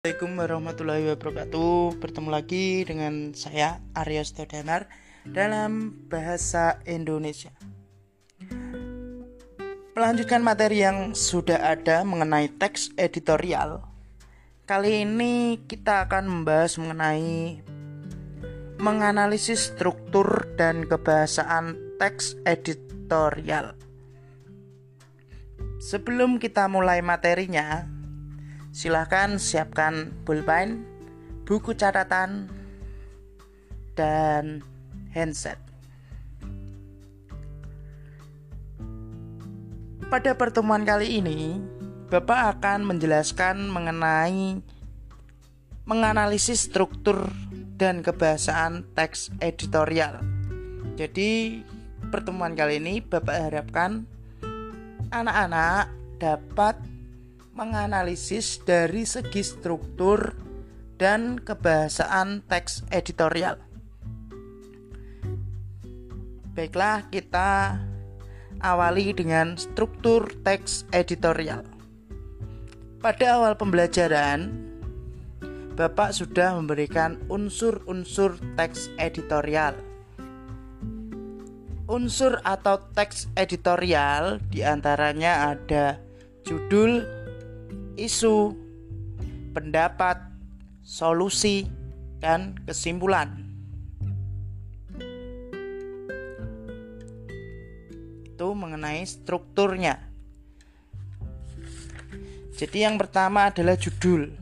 Assalamualaikum warahmatullahi wabarakatuh. Bertemu lagi dengan saya Aryo Stodanar dalam Bahasa Indonesia. Melanjutkan materi yang sudah ada mengenai teks editorial. Kali ini kita akan membahas mengenai menganalisis struktur dan kebahasaan teks editorial. Sebelum kita mulai materinya, silahkan siapkan pulpen, buku catatan, dan handset. Pada pertemuan kali ini, Bapak akan menjelaskan mengenai menganalisis struktur dan kebahasaan teks editorial. Jadi, pertemuan kali ini Bapak harapkan anak-anak dapat menganalisis dari segi struktur dan kebahasaan teks editorial. Baiklah, kita awali dengan struktur teks editorial. Pada awal pembelajaran, Bapak sudah memberikan unsur-unsur teks editorial. Unsur atau teks editorial diantaranya ada judul, isu, pendapat, solusi, dan kesimpulan. Itu mengenai strukturnya. Jadi yang pertama adalah judul.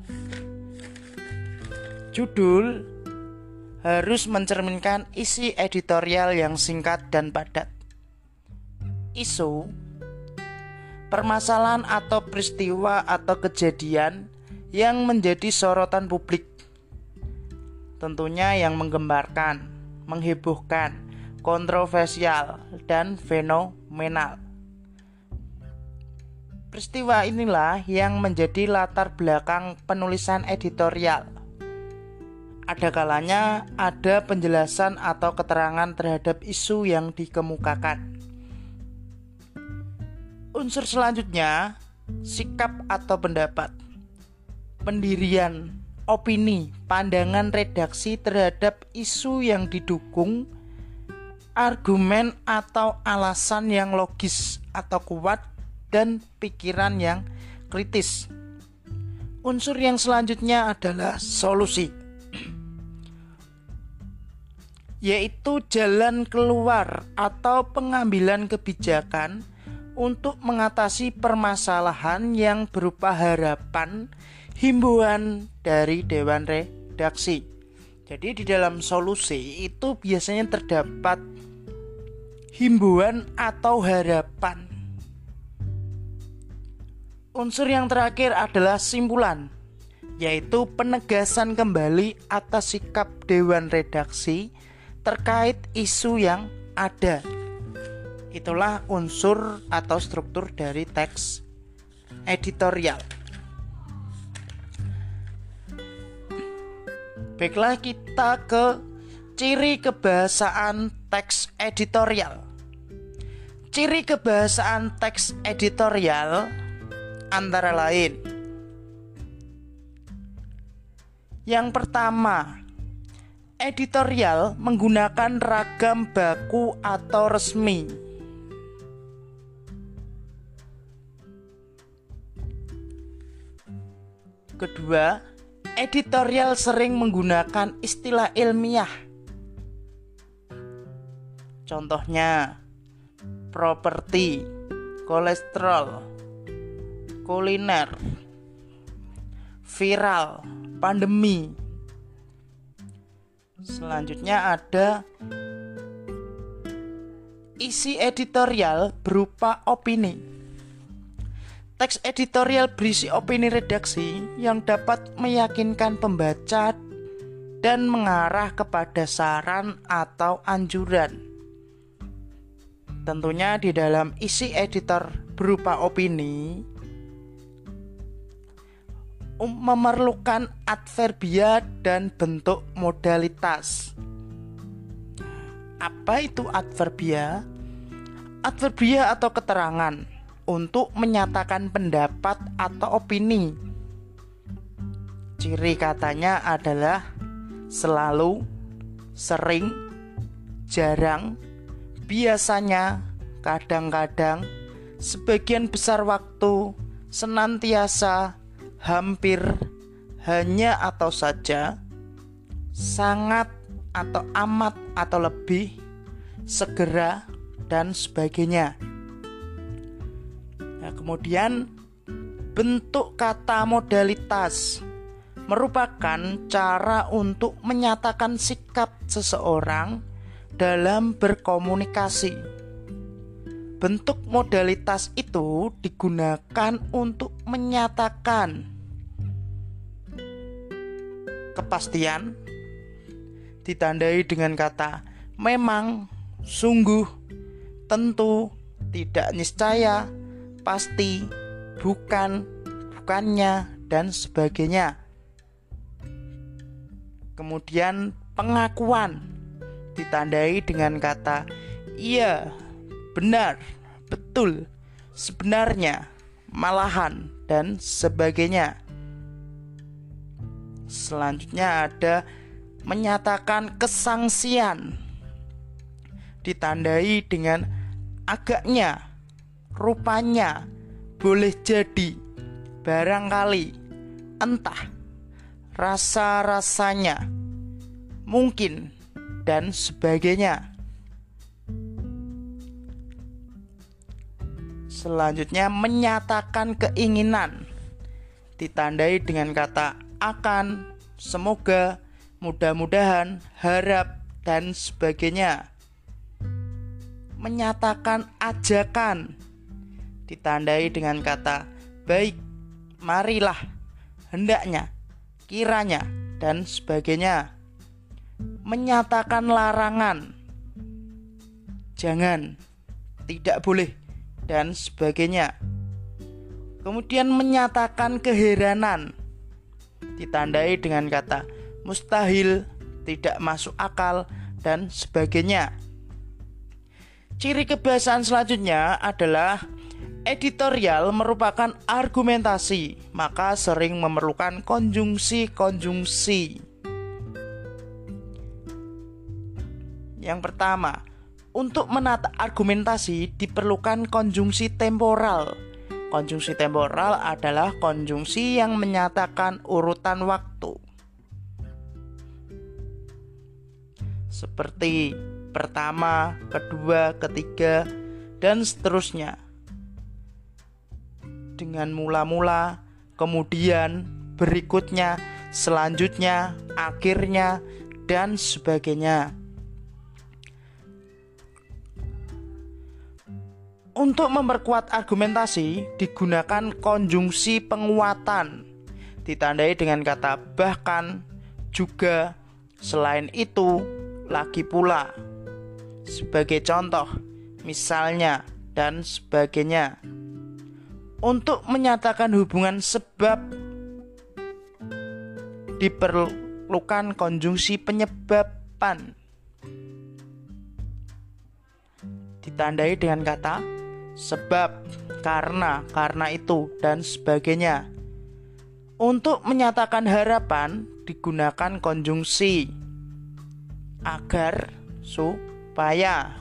Judul harus mencerminkan isi editorial yang singkat dan padat. Isu, permasalahan atau peristiwa atau kejadian yang menjadi sorotan publik, tentunya yang menggembarkan, menghebohkan, kontroversial, dan fenomenal. Peristiwa inilah yang menjadi latar belakang penulisan editorial. Ada kalanya ada penjelasan atau keterangan terhadap isu yang dikemukakan. Unsur selanjutnya, sikap atau pendapat, pendirian, opini, pandangan redaksi terhadap isu yang didukung, argumen atau alasan yang logis atau kuat, dan pikiran yang kritis. Unsur yang selanjutnya adalah solusi, yaitu jalan keluar atau pengambilan kebijakan untuk mengatasi permasalahan yang berupa harapan, himbauan dari Dewan Redaksi. Jadi di dalam solusi itu biasanya terdapat himbauan atau harapan. Unsur yang terakhir adalah simpulan, yaitu penegasan kembali atas sikap Dewan Redaksi terkait isu yang ada. Itulah unsur atau struktur dari teks editorial. Baiklah, kita ke ciri kebahasaan teks editorial. Ciri kebahasaan teks editorial antara lain: yang pertama, editorial menggunakan ragam baku atau resmi. Kedua, editorial sering menggunakan istilah ilmiah. Contohnya, properti, kolesterol, kuliner, viral, pandemi. Selanjutnya ada isi editorial berupa opini. Teks editorial berisi opini redaksi yang dapat meyakinkan pembaca dan mengarah kepada saran atau anjuran. Tentunya di dalam isi editor berupa opini memerlukan adverbia dan bentuk modalitas. Apa itu adverbia? Adverbia atau keterangan untuk menyatakan pendapat atau opini. Ciri katanya adalah selalu, sering, jarang, biasanya, kadang-kadang, sebagian besar waktu, senantiasa, hampir, hanya atau saja, sangat atau amat atau lebih, segera, dan sebagainya. Nah, kemudian bentuk kata modalitas merupakan cara untuk menyatakan sikap seseorang dalam berkomunikasi. Bentuk modalitas itu digunakan untuk menyatakan kepastian, ditandai dengan kata memang, sungguh, tentu, tidak niscaya, pasti, bukan, bukannya, dan sebagainya. Kemudian pengakuan ditandai dengan kata iya, benar, betul, sebenarnya, malahan, dan sebagainya. Selanjutnya ada menyatakan kesangsian ditandai dengan agaknya, rupanya, boleh jadi, barangkali, entah, rasa-rasanya, mungkin, dan sebagainya. Selanjutnya menyatakan keinginan ditandai dengan kata akan, semoga, mudah-mudahan, harap, dan sebagainya. Menyatakan ajakan ditandai dengan kata baik, marilah, hendaknya, kiranya, dan sebagainya. Menyatakan larangan, jangan, tidak boleh, dan sebagainya. Kemudian menyatakan keheranan ditandai dengan kata mustahil, tidak masuk akal, dan sebagainya. Ciri kebahasaan selanjutnya adalah editorial merupakan argumentasi, maka sering memerlukan konjungsi-konjungsi. Yang pertama, untuk menata argumentasi diperlukan konjungsi temporal. Konjungsi temporal adalah konjungsi yang menyatakan urutan waktu. Seperti pertama, kedua, ketiga, dan seterusnya. Dengan mula-mula, kemudian, berikutnya, selanjutnya, akhirnya, dan sebagainya. Untuk memperkuat argumentasi digunakan konjungsi penguatan ditandai dengan kata bahkan, juga, selain itu, lagi pula, sebagai contoh, misalnya, dan sebagainya. Untuk menyatakan hubungan sebab diperlukan konjungsi penyebaban ditandai dengan kata sebab, karena itu, dan sebagainya. Untuk menyatakan harapan digunakan konjungsi agar, supaya.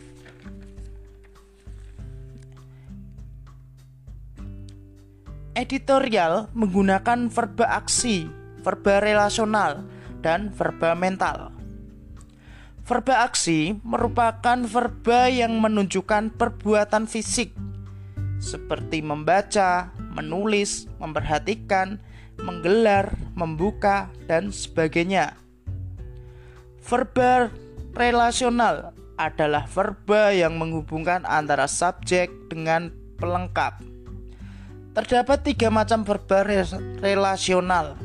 Editorial menggunakan verba aksi, verba relasional, dan verba mental. Verba aksi merupakan verba yang menunjukkan perbuatan fisik seperti membaca, menulis, memperhatikan, menggelar, membuka, dan sebagainya. Verba relasional adalah verba yang menghubungkan antara subjek dengan pelengkap. Terdapat 3 macam verba relasional.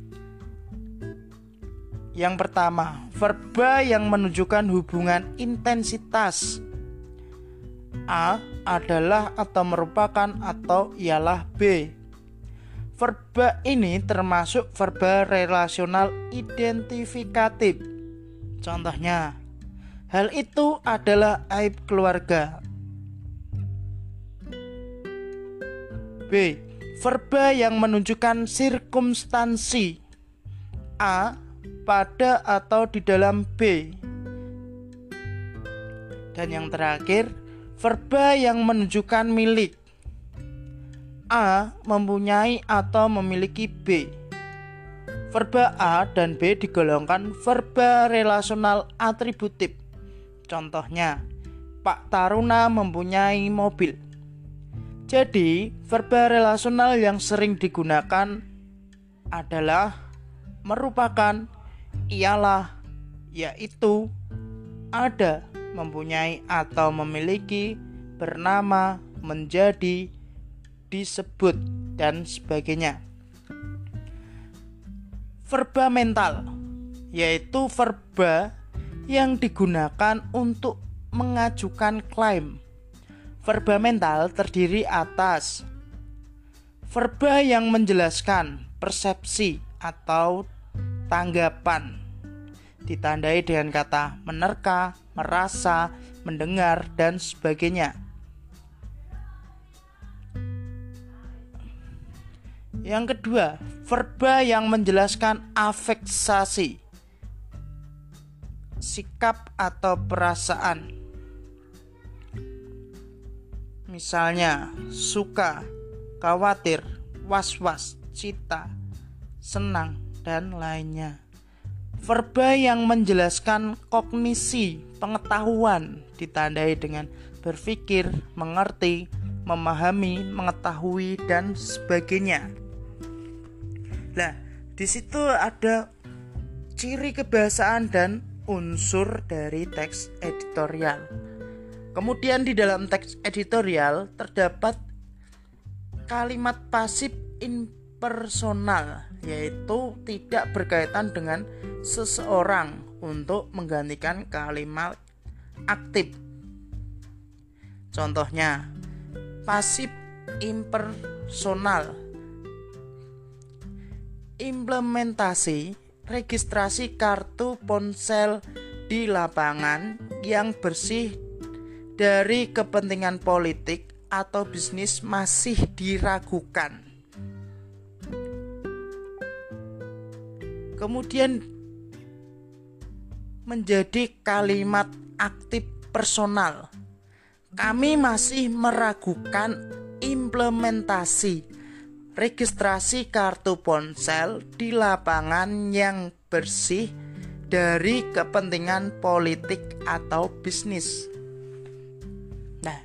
Yang pertama, verba yang menunjukkan hubungan intensitas. A adalah atau merupakan atau ialah B. Verba ini termasuk verba relasional identifikatif. Contohnya, hal itu adalah aib keluarga. B. Verba yang menunjukkan sirkumstansi. A. Pada atau di dalam B. Dan yang terakhir, verba yang menunjukkan milik. A. Mempunyai atau memiliki B. Verba A dan B digolongkan verba relasional atributif. Contohnya, Pak Taruna mempunyai mobil. Jadi, verba relasional yang sering digunakan adalah merupakan, ialah, yaitu, ada, mempunyai atau memiliki, bernama, menjadi, disebut, dan sebagainya. Verba mental, yaitu verba yang digunakan untuk mengajukan klaim. Verba mental terdiri atas verba yang menjelaskan persepsi atau tanggapan, ditandai dengan kata menerka, merasa, mendengar, dan sebagainya. Yang kedua, verba yang menjelaskan afeksasi, sikap atau perasaan. Misalnya, suka, khawatir, was-was, cita, senang, dan lainnya. Verba yang menjelaskan kognisi, pengetahuan, ditandai dengan berpikir, mengerti, memahami, mengetahui, dan sebagainya. Nah, di situ ada ciri kebahasaan dan unsur dari teks editorial. Kemudian di dalam teks editorial terdapat kalimat pasif impersonal, yaitu tidak berkaitan dengan seseorang untuk menggantikan kalimat aktif. Contohnya, pasif impersonal, implementasi registrasi kartu ponsel di lapangan yang bersih dari kepentingan politik atau bisnis masih diragukan. Kemudian menjadi kalimat aktif personal. Kami masih meragukan implementasi registrasi kartu ponsel di lapangan yang bersih dari kepentingan politik atau bisnis. Nah,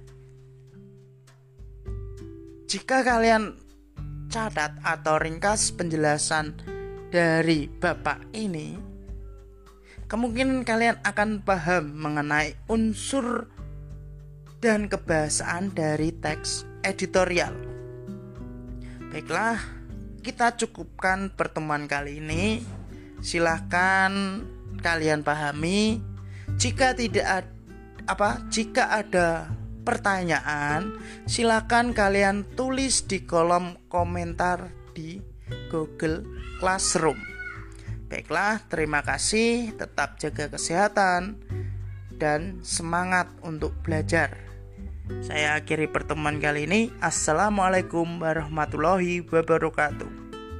jika kalian catat atau ringkas penjelasan dari Bapak ini, kemungkinan kalian akan paham mengenai unsur dan kebahasaan dari teks editorial. Baiklah, kita cukupkan pertemuan kali ini. Silahkan kalian pahami. Jika ada pertanyaan, silakan kalian tulis di kolom komentar di Google Classroom. Baiklah, terima kasih, tetap jaga kesehatan dan semangat untuk belajar. Saya akhiri pertemuan kali ini. Assalamualaikum warahmatullahi wabarakatuh.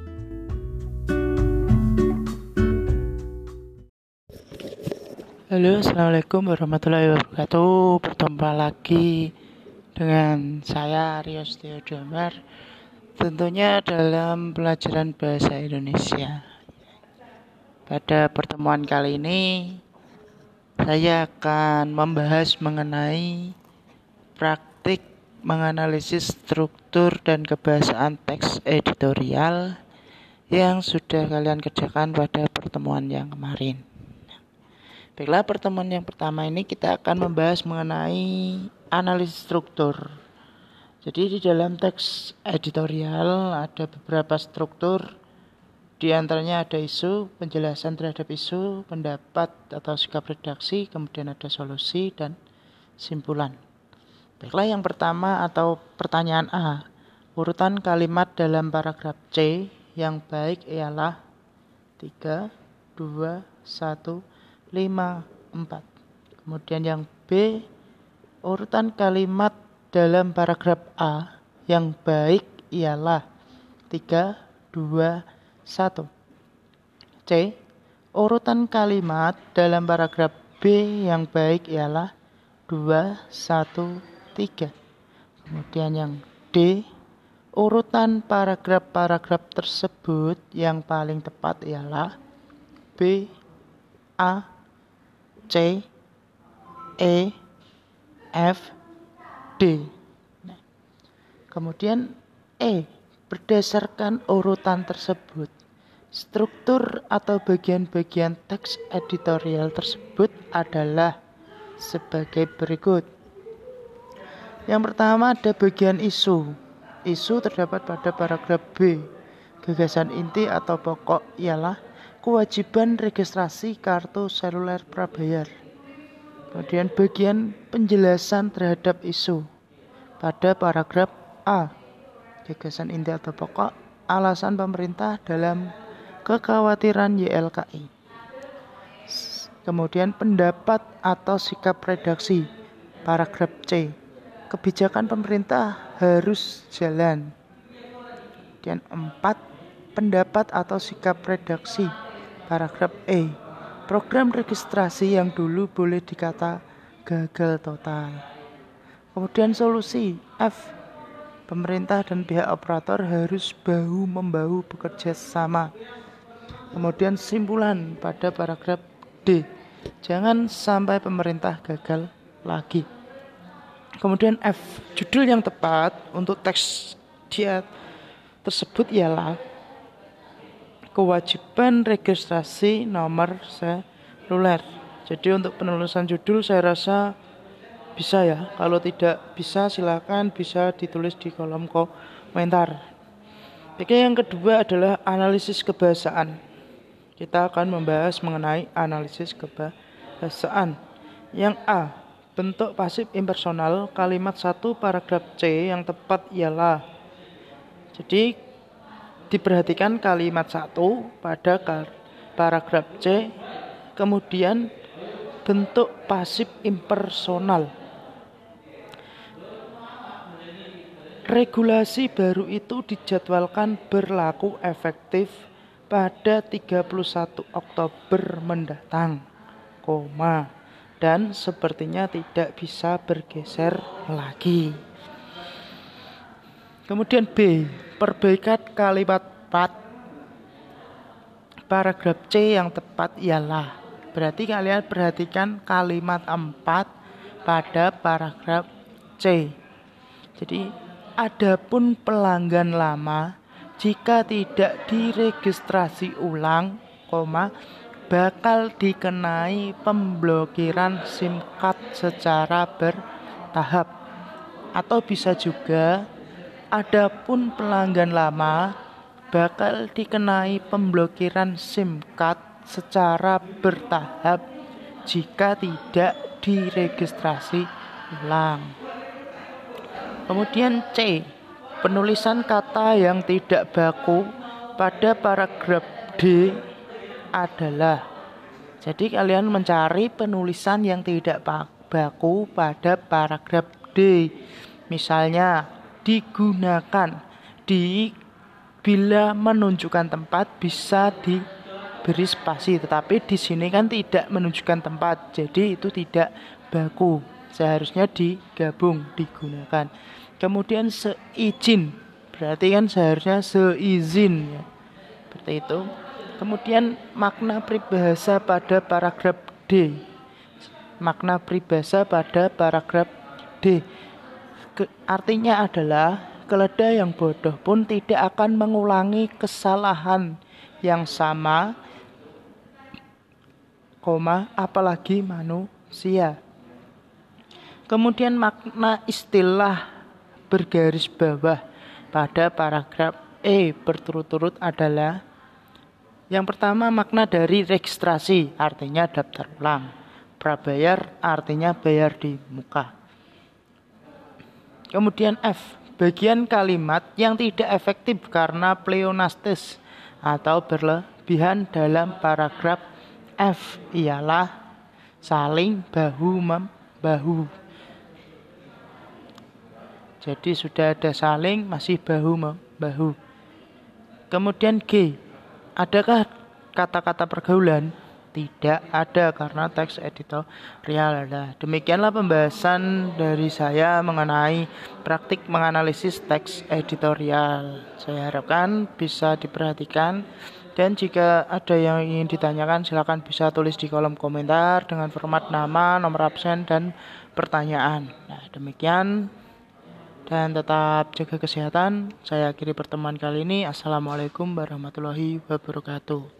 Halo, assalamualaikum warahmatullahi wabarakatuh. Berjumpa lagi dengan saya Rios Theodomar, tentunya dalam pelajaran bahasa Indonesia. Pada pertemuan kali ini saya akan membahas mengenai praktik menganalisis struktur dan kebahasaan teks editorial yang sudah kalian kerjakan pada pertemuan yang kemarin. Baiklah, pertemuan yang pertama ini kita akan membahas mengenai analisis struktur. Jadi di dalam teks editorial ada beberapa struktur. Di antaranya ada isu, penjelasan terhadap isu, pendapat atau sikap redaksi, kemudian ada solusi dan simpulan. Baiklah, yang pertama atau pertanyaan A, urutan kalimat dalam paragraf C yang baik ialah 3, 2, 1, 5, 4. Kemudian yang B, urutan kalimat dalam paragraf A yang baik ialah 3, 2, 1. C. Urutan kalimat dalam paragraf B yang baik ialah 2, 1, 3. Kemudian yang D. Urutan paragraf-paragraf tersebut yang paling tepat ialah B, A, C, E, F, D. Kemudian E. Berdasarkan urutan tersebut, struktur atau bagian-bagian teks editorial tersebut adalah sebagai berikut. Yang pertama ada bagian isu. Isu terdapat pada paragraf B. Gagasan inti atau pokok ialah kewajiban registrasi kartu seluler prabayar. Kemudian bagian penjelasan terhadap isu pada paragraf A. Gagasan inti atau pokok, alasan pemerintah dalam kekhawatiran YLKI. Kemudian pendapat atau sikap redaksi paragraf C. Kebijakan pemerintah harus jalan. Kemudian 4. Pendapat atau sikap redaksi paragraf E. Program registrasi yang dulu boleh dikata gagal total. Kemudian solusi F. Pemerintah dan pihak operator harus bahu-membahu bekerja sama. Kemudian simpulan pada paragraf D. Jangan sampai pemerintah gagal lagi. Kemudian F. Judul yang tepat untuk teks dia tersebut ialah kewajiban registrasi nomor seluler. Jadi untuk penulisan judul saya rasa bisa ya. Kalau tidak bisa silakan bisa ditulis di kolom komentar. Oke, yang kedua adalah analisis kebahasaan. Kita akan membahas mengenai analisis kebahasaan. Yang A. Bentuk pasif impersonal kalimat 1 paragraf C yang tepat ialah. Jadi diperhatikan kalimat 1 pada paragraf C, kemudian bentuk pasif impersonal. Regulasi baru itu dijadwalkan berlaku efektif pada 31 Oktober mendatang, dan sepertinya tidak bisa bergeser lagi. Kemudian B. Perbaikan kalimat 4 paragraf C yang tepat ialah. Berarti kalian perhatikan kalimat 4 pada paragraf C. Jadi adapun pelanggan lama jika tidak diregistrasi ulang, bakal dikenai pemblokiran SIM card secara bertahap. Atau bisa juga adapun pelanggan lama bakal dikenai pemblokiran SIM card secara bertahap jika tidak diregistrasi ulang. Kemudian C. Penulisan kata yang tidak baku pada paragraf D adalah. Jadi kalian mencari penulisan yang tidak baku pada paragraf D. Misalnya digunakan bila menunjukkan tempat bisa diberi spasi, tetapi di sini kan tidak menunjukkan tempat, jadi itu tidak baku. Seharusnya digabung digunakan. Kemudian seizin, berarti kan seharusnya seizin ya. Seperti itu. Kemudian makna peribahasa pada paragraf D. Makna peribahasa pada paragraf D. Artinya adalah keledai yang bodoh pun tidak akan mengulangi kesalahan yang sama, apalagi manusia. Kemudian makna istilah bergaris bawah pada paragraf E berturut-turut adalah. Yang pertama, makna dari registrasi, artinya daftar ulang. Prabayar artinya bayar di muka. Kemudian F, bagian kalimat yang tidak efektif karena pleonastis atau berlebihan dalam paragraf F ialah saling bahu-membahu. Jadi sudah ada saling, masih bahu-membahu. Kemudian G, adakah kata-kata pergaulan tidak ada karena teks editorial. Nah, demikianlah pembahasan dari saya mengenai praktik menganalisis teks editorial. Saya harapkan bisa diperhatikan, dan jika ada yang ingin ditanyakan silakan bisa tulis di kolom komentar dengan format nama, nomor absen, dan pertanyaan. Nah, demikian, dan tetap jaga kesehatan. Saya akhiri pertemuan kali ini. Assalamualaikum warahmatullahi wabarakatuh.